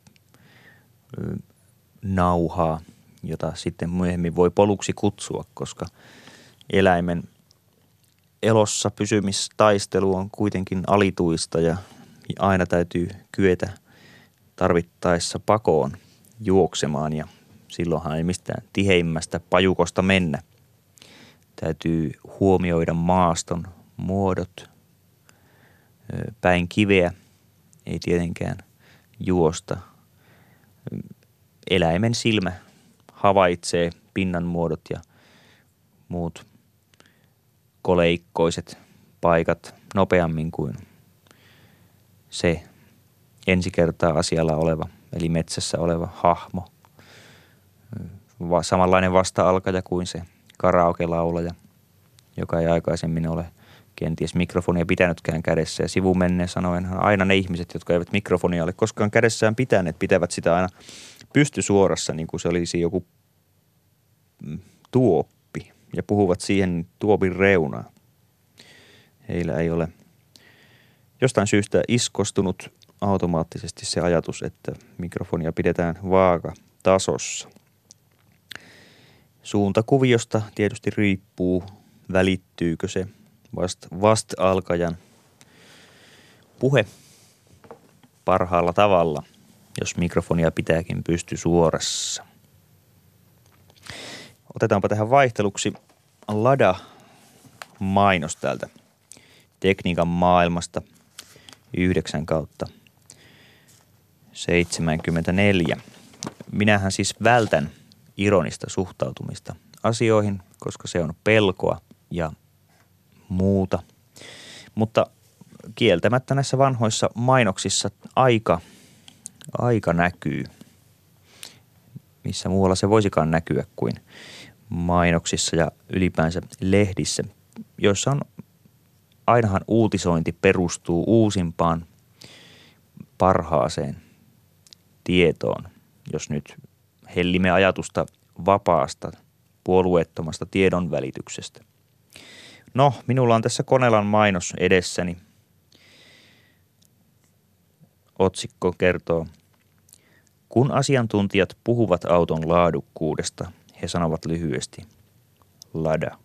nauhaa, jota sitten myöhemmin voi poluksi kutsua, koska eläimen elossa pysymistaistelu on kuitenkin alituista ja aina täytyy kyetä tarvittaessa pakoon juoksemaan ja silloinhan ei mistään tiheimmästä pajukosta mennä. Täytyy huomioida maaston muodot, päin kiveä, ei tietenkään juosta. Eläimen silmä havaitsee pinnan muodot ja muut koleikkoiset paikat nopeammin kuin se ensi kertaa asialla oleva, eli metsässä oleva hahmo. Samanlainen vasta-alkaja kuin se karaoke-laulaja, joka ei aikaisemmin ole kenties mikrofonia pitänytkään kädessä. Ja sivumenneen sanoenhan aina ne ihmiset, jotka eivät mikrofonia ole koskaan kädessään pitäneet, pitävät sitä aina pystysuorassa, niin kuin se olisi joku tuoppi. Ja puhuvat siihen tuopin reunaan. Heillä ei ole jostain syystä iskostunut automaattisesti se ajatus, että mikrofonia pidetään vaakatasossa. Suuntakuviosta tietysti riippuu, välittyykö se vasta-alkajan puhe parhaalla tavalla, jos mikrofonia pitääkin pystysuorassa. Otetaanpa tähän vaihteluksi Lada-mainos täältä tekniikan maailmasta 9/74. Minähän siis vältän ironista suhtautumista asioihin, koska se on pelkoa ja muuta. Mutta kieltämättä näissä vanhoissa mainoksissa aika näkyy. Missä muualla se voisikaan näkyä kuin mainoksissa ja ylipäänsä lehdissä, joissa on ainahan uutisointi perustuu uusimpaan parhaaseen tietoon, jos nyt hellimme ajatusta vapaasta, puolueettomasta tiedonvälityksestä. No, minulla on tässä Konelan mainos edessäni. Otsikko kertoo: kun asiantuntijat puhuvat auton laadukkuudesta, he sanovat lyhyesti Lada.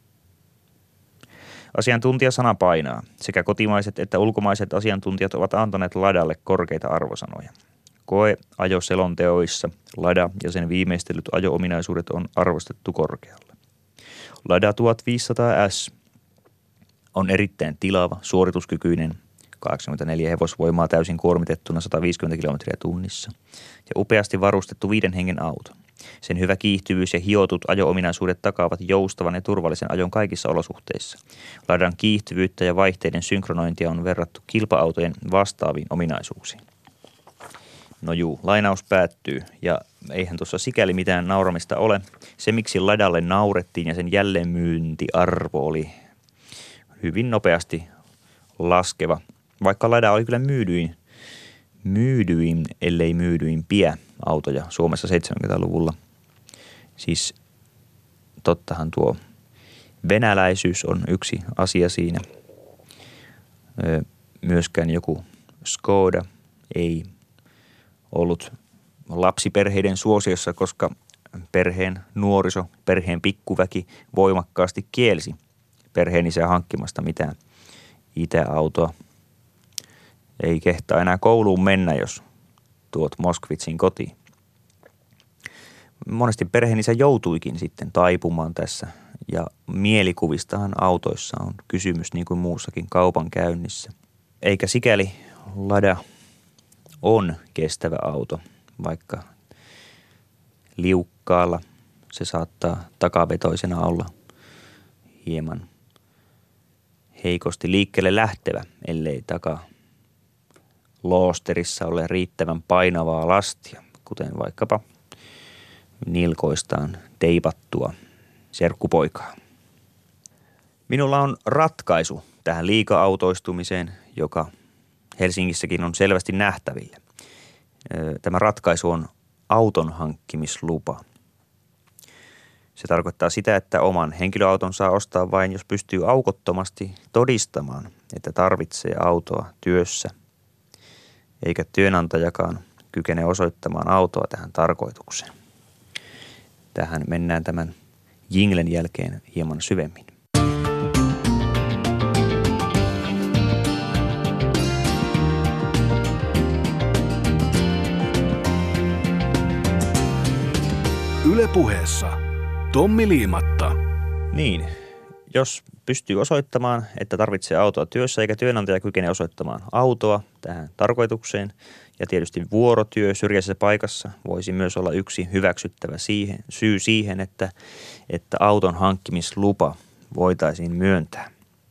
Asiantuntijasana painaa. Sekä kotimaiset että ulkomaiset asiantuntijat ovat antaneet Ladalle korkeita arvosanoja. Koeajoselonteoissa Lada ja sen viimeistellyt ajo-ominaisuudet on arvostettu korkealle. Lada 1500S on erittäin tilava, suorituskykyinen, 84 hevosvoimaa täysin kuormitettuna 150 kilometriä tunnissa ja upeasti varustettu 5 hengen auto. Sen hyvä kiihtyvyys ja hiotut ajo-ominaisuudet takaavat joustavan ja turvallisen ajon kaikissa olosuhteissa. Ladan kiihtyvyyttä ja vaihteiden synkronointia on verrattu kilpa-autojen vastaaviin ominaisuuksiin. No juu, lainaus päättyy ja eihän tuossa sikäli mitään nauramista ole. Se, miksi Ladalle naurettiin ja sen jälleenmyyntiarvo oli hyvin nopeasti laskeva, vaikka Lada oli kyllä myydyin, ellei myydyimpiä autoja Suomessa 70-luvulla. Siis tottahan tuo venäläisyys on yksi asia siinä. Myöskään joku Skoda ei ollut lapsiperheiden suosiossa, koska perheen nuoriso, perheen pikkuväki voimakkaasti kielsi perheenisää hankkimasta mitään itäautoa. Ei kehtaa enää kouluun mennä, jos tuot Moskvitsin kotiin. Monesti perheenisä joutuikin sitten taipumaan tässä ja mielikuvistahan autoissa on kysymys niin kuin muussakin kaupankäynnissä. Eikä sikäli Lada on kestävä auto, vaikka liukkaalla se saattaa takavetoisena olla hieman heikosti liikkeelle lähtevä, ellei loosterissa ole riittävän painavaa lastia, kuten vaikkapa nilkoistaan teipattua serkkupoikaa. Minulla on ratkaisu tähän liika-autoistumiseen, joka Helsingissäkin on selvästi nähtävillä. Tämä ratkaisu on auton hankkimislupa. Se tarkoittaa sitä, että oman henkilöauton saa ostaa vain, jos pystyy aukottomasti todistamaan, että tarvitsee autoa työssä, eikä työnantajakaan kykene osoittamaan autoa tähän tarkoitukseen. Tähän mennään tämän jinglen jälkeen hieman syvemmin. Yle Puheessa Tommi Liimatta. Niin, jos pystyy osoittamaan, että tarvitsee autoa työssä eikä työnantaja kykene osoittamaan autoa tähän tarkoitukseen, ja tietysti vuorotyö syrjäisessä paikassa voisi myös olla yksi hyväksyttävä syy siihen, että auton hankkimislupa voitaisiin myöntää.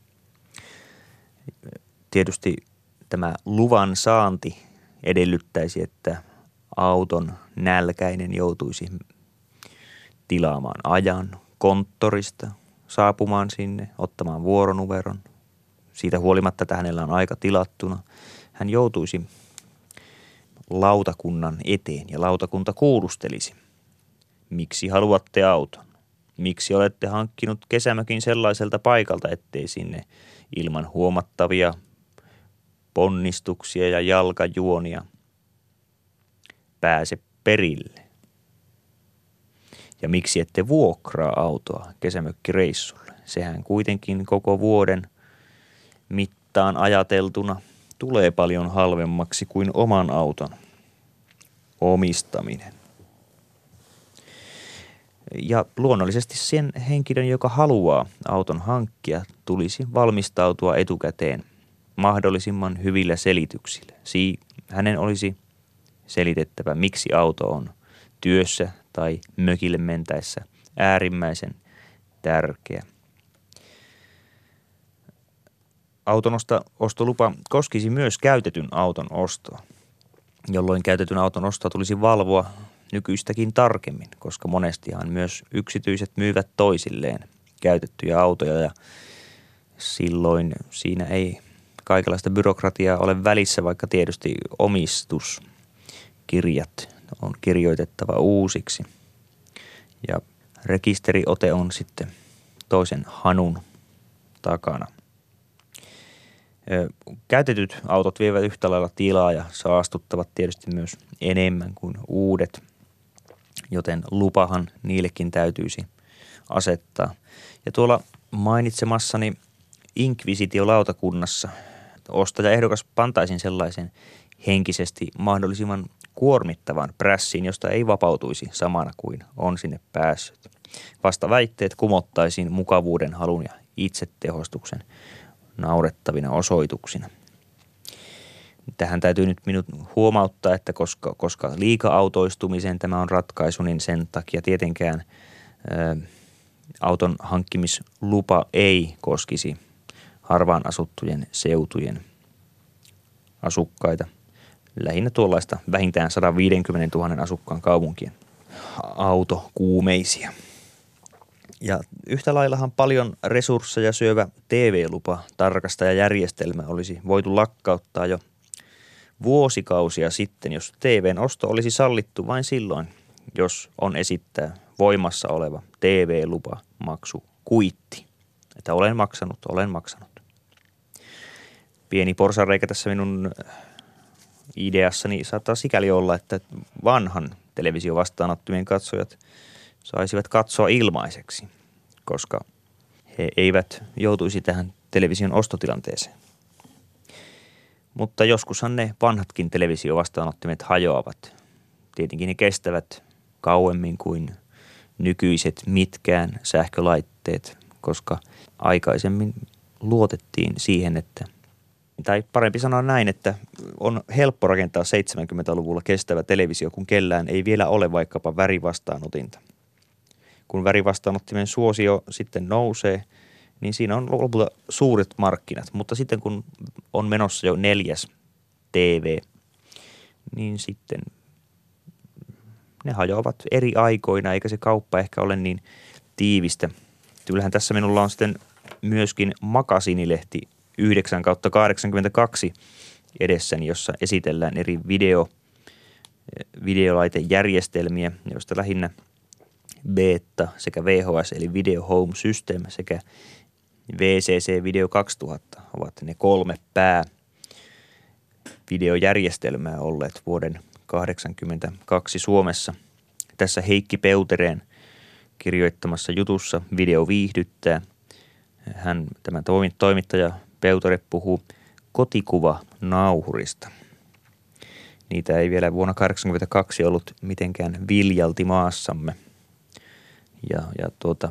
Tietysti tämä luvan saanti edellyttäisi, että auton nälkäinen joutuisi tilaamaan ajan konttorista, saapumaan sinne, ottamaan vuoronumeron. Siitä huolimatta, että hänellä on aika tilattuna, hän joutuisi lautakunnan eteen ja lautakunta kuulustelisi. Miksi haluatte auton? Miksi olette hankkinut kesämökin sellaiselta paikalta, ettei sinne ilman huomattavia ponnistuksia ja jalkajuonia pääse perille? Ja miksi ette vuokraa autoa kesämökkireissulle? Sehän kuitenkin koko vuoden mittaan ajateltuna tulee paljon halvemmaksi kuin oman auton omistaminen. Ja luonnollisesti sen henkilön, joka haluaa auton hankkia, tulisi valmistautua etukäteen mahdollisimman hyvillä selityksillä. Hänen olisi selitettävä, miksi auto on työssä tai mökille mentäessä äärimmäisen tärkeä. Auton ostolupa koskisi myös käytetyn auton ostoa, jolloin käytetyn auton ostoa tulisi valvoa nykyistäkin tarkemmin, koska monestihan myös yksityiset myyvät toisilleen käytettyjä autoja ja silloin siinä ei kaikenlaista byrokratiaa ole välissä, vaikka tietysti omistuskirjat on kirjoitettava uusiksi ja rekisteriote on sitten toisen hanun takana. Käytetyt autot vievät yhtä lailla tilaa ja saastuttavat tietysti myös enemmän kuin uudet, joten lupahan niillekin täytyisi asettaa. Ja tuolla mainitsemassani inkvisitiolautakunnassa ostajaehdokas pantaisiin sellaisen henkisesti mahdollisimman kuormittavan prässiin, josta ei vapautuisi samana kuin on sinne päässyt. Vasta väitteet kumottaisiin mukavuuden halun ja itsetehostuksen naurettavina osoituksina. Tähän täytyy nyt minut huomauttaa, että koska liika-autoistumiseen tämä on ratkaisu, niin sen takia tietenkään auton hankkimislupa ei koskisi harvaan asuttujen seutujen asukkaita. Lähinnä tuollaista vähintään 150 000 asukkaan kaupunkien autokuumeisia. Ja yhtä laillahan paljon resursseja syövä TV-lupa-tarkastajajärjestelmä olisi voitu lakkauttaa jo vuosikausia sitten, jos TVn osto olisi sallittu vain silloin, jos on esittää voimassa oleva TV-lupamaksukuitti. Että olen maksanut. Pieni porsareikä tässä minun ideassani saattaa sikäli olla, että vanhan televisiovastaanottimien katsojat saisivat katsoa ilmaiseksi, koska he eivät joutuisi tähän television ostotilanteeseen. Mutta joskushan ne vanhatkin televisiovastaanottimet hajoavat. Tietenkin ne kestävät kauemmin kuin nykyiset mitkään sähkölaitteet, koska aikaisemmin luotettiin siihen, tai parempi sanoa näin, että on helppo rakentaa 70-luvulla kestävä televisio, kun kellään ei vielä ole vaikkapa värivastaanotinta. Kun värivastaanottimen suosio sitten nousee, niin siinä on lopulta suuret markkinat. Mutta sitten kun on menossa jo 4. TV, niin sitten ne hajoavat eri aikoina, eikä se kauppa ehkä ole niin tiivistä. Kyllähän tässä minulla on sitten myöskin Magasinilehti 9/82 edessäni, jossa esitellään eri videolaitejärjestelmiä, joista lähinnä Beta sekä VHS eli Video Home System sekä VCC Video 2000 ovat ne 3 videojärjestelmää olleet vuoden 1982 Suomessa. Tässä Heikki Peutereen kirjoittamassa jutussa Video viihdyttää. Tämä toimittaja Peutere puhuu kotikuvanauhurista. Niitä ei vielä vuonna 1982 ollut mitenkään viljalti maassamme. Ja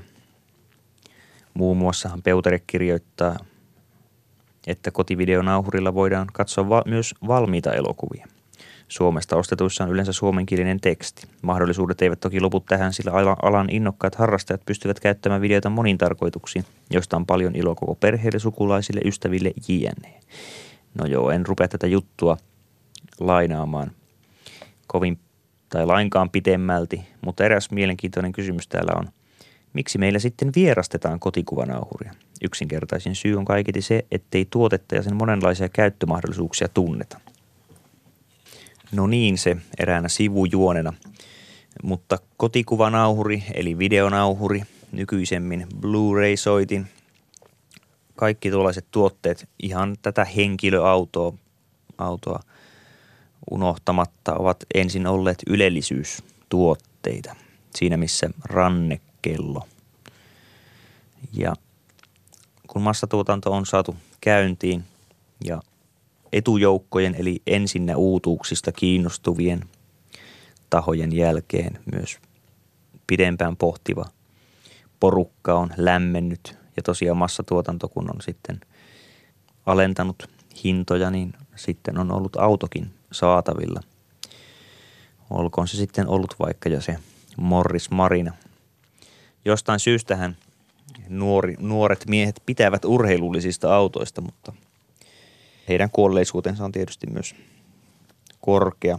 muun muassahan Peutere kirjoittaa, että kotivideonauhurilla voidaan katsoa myös valmiita elokuvia. Suomesta ostetuissa on yleensä suomenkielinen teksti. Mahdollisuudet eivät toki lopu tähän, sillä alan innokkaat harrastajat pystyvät käyttämään videota monin tarkoituksiin, josta on paljon iloa koko perheelle, sukulaisille, ystäville, jne. No joo, en rupea tätä juttua lainaamaan kovin tai lainkaan pitemmälti, mutta eräs mielenkiintoinen kysymys täällä on, miksi meillä sitten vierastetaan kotikuvanauhuria? Yksinkertaisin syy on kaiketi se, ettei tuotetta ja sen monenlaisia käyttömahdollisuuksia tunneta. No niin, se eräänä sivujuonena, mutta kotikuvanauhuri eli videonauhuri, nykyisemmin Blu-ray-soitin, kaikki tuollaiset tuotteet, ihan tätä henkilöautoa unohtamatta, ovat ensin olleet ylellisyystuotteita, siinä missä rannekello. Ja kun massatuotanto on saatu käyntiin ja etujoukkojen eli ensinnä uutuuksista kiinnostuvien tahojen jälkeen myös pidempään pohtiva porukka on lämmennyt ja tosiaan massatuotanto kun on sitten alentanut hintoja, niin sitten on ollut autokin saatavilla. Olkoon se sitten ollut vaikka jo se Morris Marina. Jostain syystähän nuoret miehet pitävät urheilullisista autoista, mutta heidän kuolleisuutensa on tietysti myös korkea.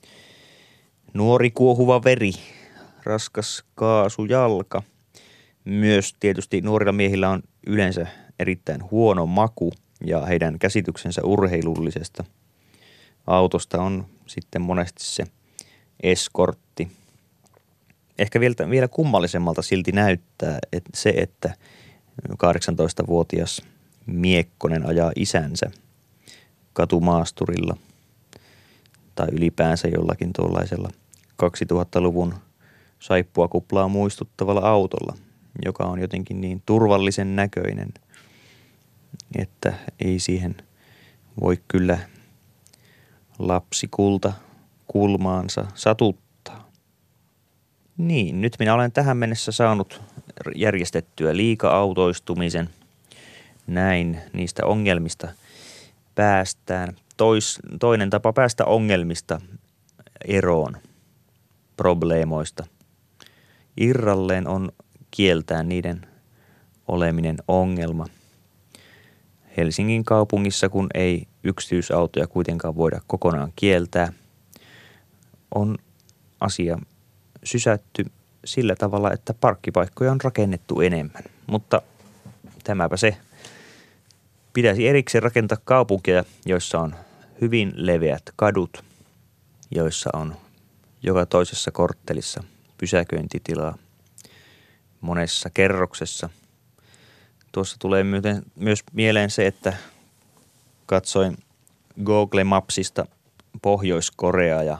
Nuori kuohuva veri, raskas kaasujalka. Myös tietysti nuorilla miehillä on yleensä erittäin huono maku ja heidän käsityksensä urheilullisesta autosta on sitten monesti se eskortti. Ehkä vielä kummallisemmalta silti näyttää että 18-vuotias miekkonen ajaa isänsä katumaasturilla tai ylipäänsä jollakin tuollaisella 2000-luvun saippuakuplaa muistuttavalla autolla, joka on jotenkin niin turvallisen näköinen, että ei siihen voi kyllä lapsikulta kulmaansa satuttaa. Niin, nyt minä olen tähän mennessä saanut järjestettyä liika-autoistumisen. Näin niistä ongelmista päästään. Toinen tapa päästä ongelmista eroon, probleemoista irralleen on kieltää niiden oleminen ongelma. Helsingin kaupungissa, kun ei yksityisautoja kuitenkaan voida kokonaan kieltää, on asia sysätty sillä tavalla, että parkkipaikkoja on rakennettu enemmän. Mutta tämäpä se. Pitäisi erikseen rakentaa kaupunkeja, joissa on hyvin leveät kadut, joissa on joka toisessa korttelissa pysäköintitilaa, monessa kerroksessa. Tuossa tulee myös mieleen se, että katsoin Google Mapsista Pohjois-Koreaa ja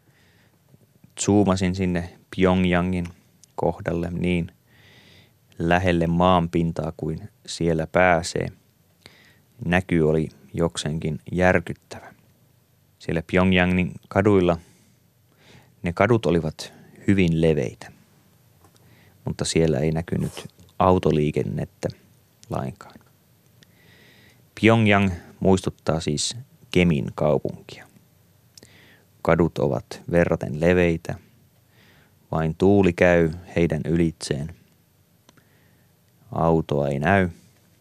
zoomasin sinne Pyongyangin kohdalle niin lähelle maanpintaa kuin siellä pääsee. Näky oli jokseenkin järkyttävä. Siellä Pyongyangin kaduilla ne kadut olivat hyvin leveitä, mutta siellä ei näkynyt autoliikennettä lainkaan. Pyongyang muistuttaa siis Kemin kaupunkia. Kadut ovat verraten leveitä, vain tuuli käy heidän ylitseen. Autoa ei näy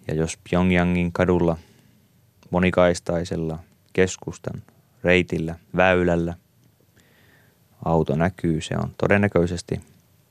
Ja jos Pyongyangin kadulla monikaistaisella keskustan reitillä, väylällä auto näkyy, se on todennäköisesti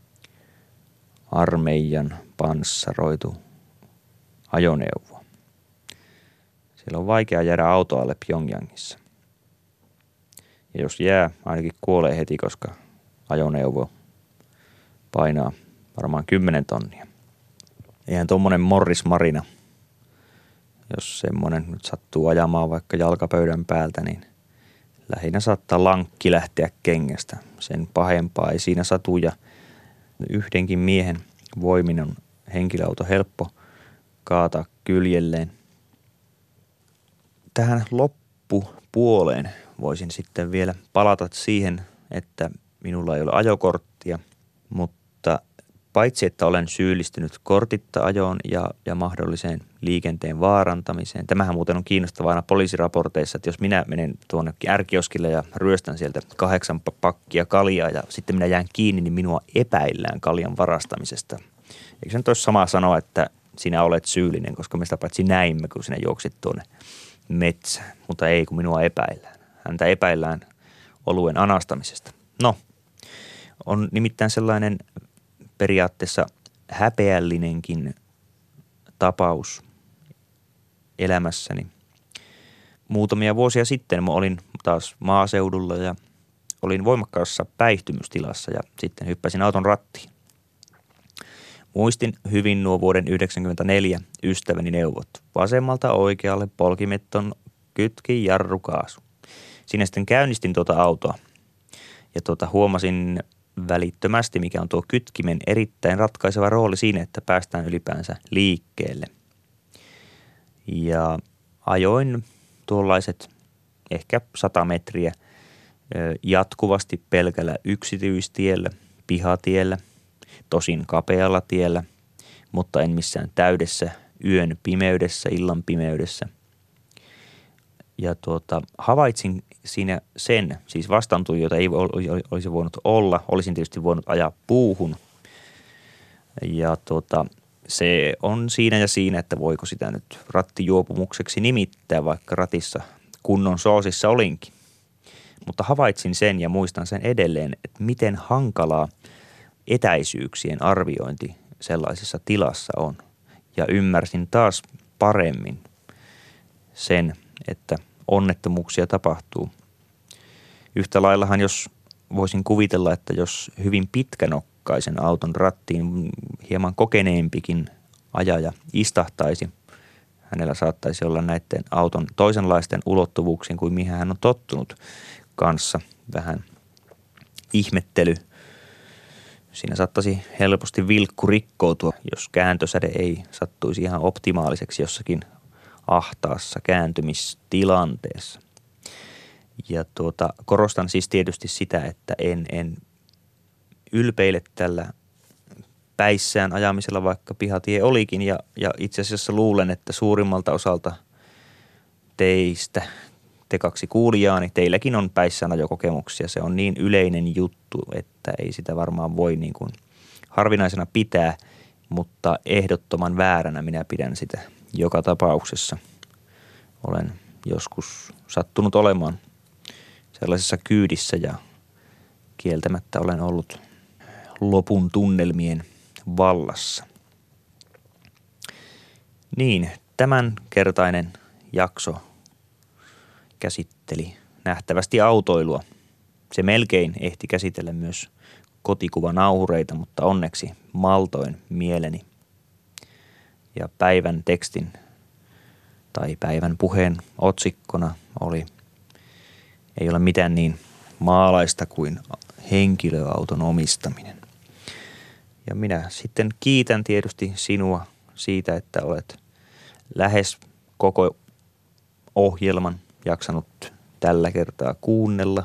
armeijan panssaroitu ajoneuvo. Siellä on vaikea jäädä autoalle Pyongyangissa. Ja jos jää, ainakin kuolee heti, koska ajoneuvo painaa varmaan 10 tonnia. Eihän tommonen Morris Marina, jos semmonen nyt sattuu ajamaan vaikka jalkapöydän päältä, niin lähinnä saattaa lankki lähteä kengästä. Sen pahempaa ei siinä satu ja yhdenkin miehen voimin on henkilöauto helppo kaataa kyljelleen. Tähän loppupuoleen voisin sitten vielä palata siihen, että minulla ei ole ajokorttia, mutta paitsi että olen syyllistynyt kortitta ajoon ja mahdolliseen liikenteen vaarantamiseen. Tämähän muuten on kiinnostavaa aina poliisiraporteissa, että jos minä menen tuonne R-kioskille ja ryöstän sieltä 8 pakkia kaljaa ja sitten minä jään kiinni, niin minua epäillään kaljan varastamisesta. Eikö se nyt olisi sama sanoa, että sinä olet syyllinen, koska me sitä paitsi näimme, kun sinä juoksit tuonne metsään. Mutta ei, kun minua epäillään. Häntä epäillään oluen anastamisesta. No, on nimittäin sellainen periaatteessa häpeällinenkin tapaus elämässäni. Muutamia vuosia sitten mä olin taas maaseudulla ja olin voimakkaassa päihtymystilassa ja sitten hyppäsin auton rattiin. Muistin hyvin nuo vuoden 1994 ystäväni neuvot. Vasemmalta oikealle polkimetton kytki jarrukaasu. Siinä sitten käynnistin tuota autoa ja huomasin välittömästi, mikä on tuo kytkimen erittäin ratkaiseva rooli siinä, että päästään ylipäänsä liikkeelle. Ja ajoin tuollaiset ehkä 100 metriä jatkuvasti pelkällä yksityistiellä, pihatiellä, tosin kapealla tiellä, mutta en missään täydessä yön pimeydessä, illan pimeydessä. Ja havaitsin siinä sen, siis vastaantulijoita ei olisi voinut olla, olisin tietysti voinut ajaa puuhun. Ja se on siinä ja siinä, että voiko sitä nyt rattijuopumukseksi nimittää, vaikka ratissa kunnon soosissa olinkin. Mutta havaitsin sen ja muistan sen edelleen, että miten hankalaa etäisyyksien arviointi sellaisessa tilassa on. Ja ymmärsin taas paremmin sen, että onnettomuuksia tapahtuu. Yhtä laillahan jos voisin kuvitella, että jos hyvin pitkänokkaisen auton rattiin hieman kokeneempikin ajaja istahtaisi, hänellä saattaisi olla näiden auton toisenlaisten ulottuvuuksien kuin mihin hän on tottunut kanssa vähän ihmettely. Siinä saattaisi helposti vilkku rikkoutua, jos kääntösäde ei sattuisi ihan optimaaliseksi jossakin ahtaassa kääntymistilanteessa. Ja korostan siis tietysti sitä, että en ylpeile tällä päissään ajamisella, vaikka pihatie olikin. Ja itse asiassa luulen, että suurimmalta osalta teistä, te 2 kuulijaani, teilläkin on päissään ajokokemuksia. Se on niin yleinen juttu, että ei sitä varmaan voi niin kuin harvinaisena pitää, mutta ehdottoman vääränä minä pidän sitä joka tapauksessa. Olen joskus sattunut olemaan sellaisessa kyydissä ja kieltämättä olen ollut lopun tunnelmien vallassa. Niin, tämänkertainen jakso käsitteli nähtävästi autoilua. Se melkein ehti käsitellä myös kotikuvanauhureita, mutta onneksi maltoin mieleni. Ja päivän tekstin tai päivän puheen otsikkona ei ole mitään niin maalaista kuin henkilöauton omistaminen. Ja minä sitten kiitän tietysti sinua siitä, että olet lähes koko ohjelman jaksanut tällä kertaa kuunnella.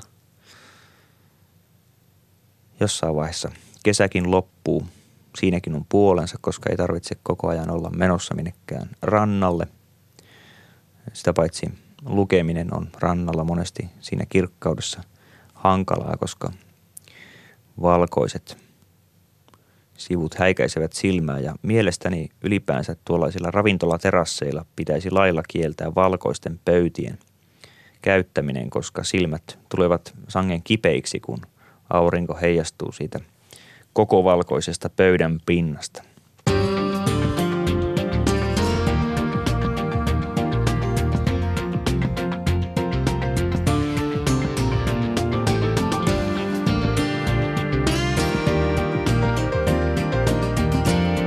Jossain vaiheessa kesäkin loppuu. Siinäkin on puolensa, koska ei tarvitse koko ajan olla menossa minnekään rannalle. Sitä paitsi lukeminen on rannalla monesti siinä kirkkaudessa hankalaa, koska valkoiset sivut häikäisevät silmää ja mielestäni ylipäänsä tuollaisilla ravintolaterasseilla pitäisi lailla kieltää valkoisten pöytien käyttäminen, koska silmät tulevat sangen kipeiksi, kun aurinko heijastuu siitä koko valkoisesta pöydän pinnasta.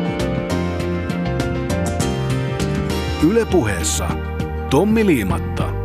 Yle Puheessa Tommi Liimatta.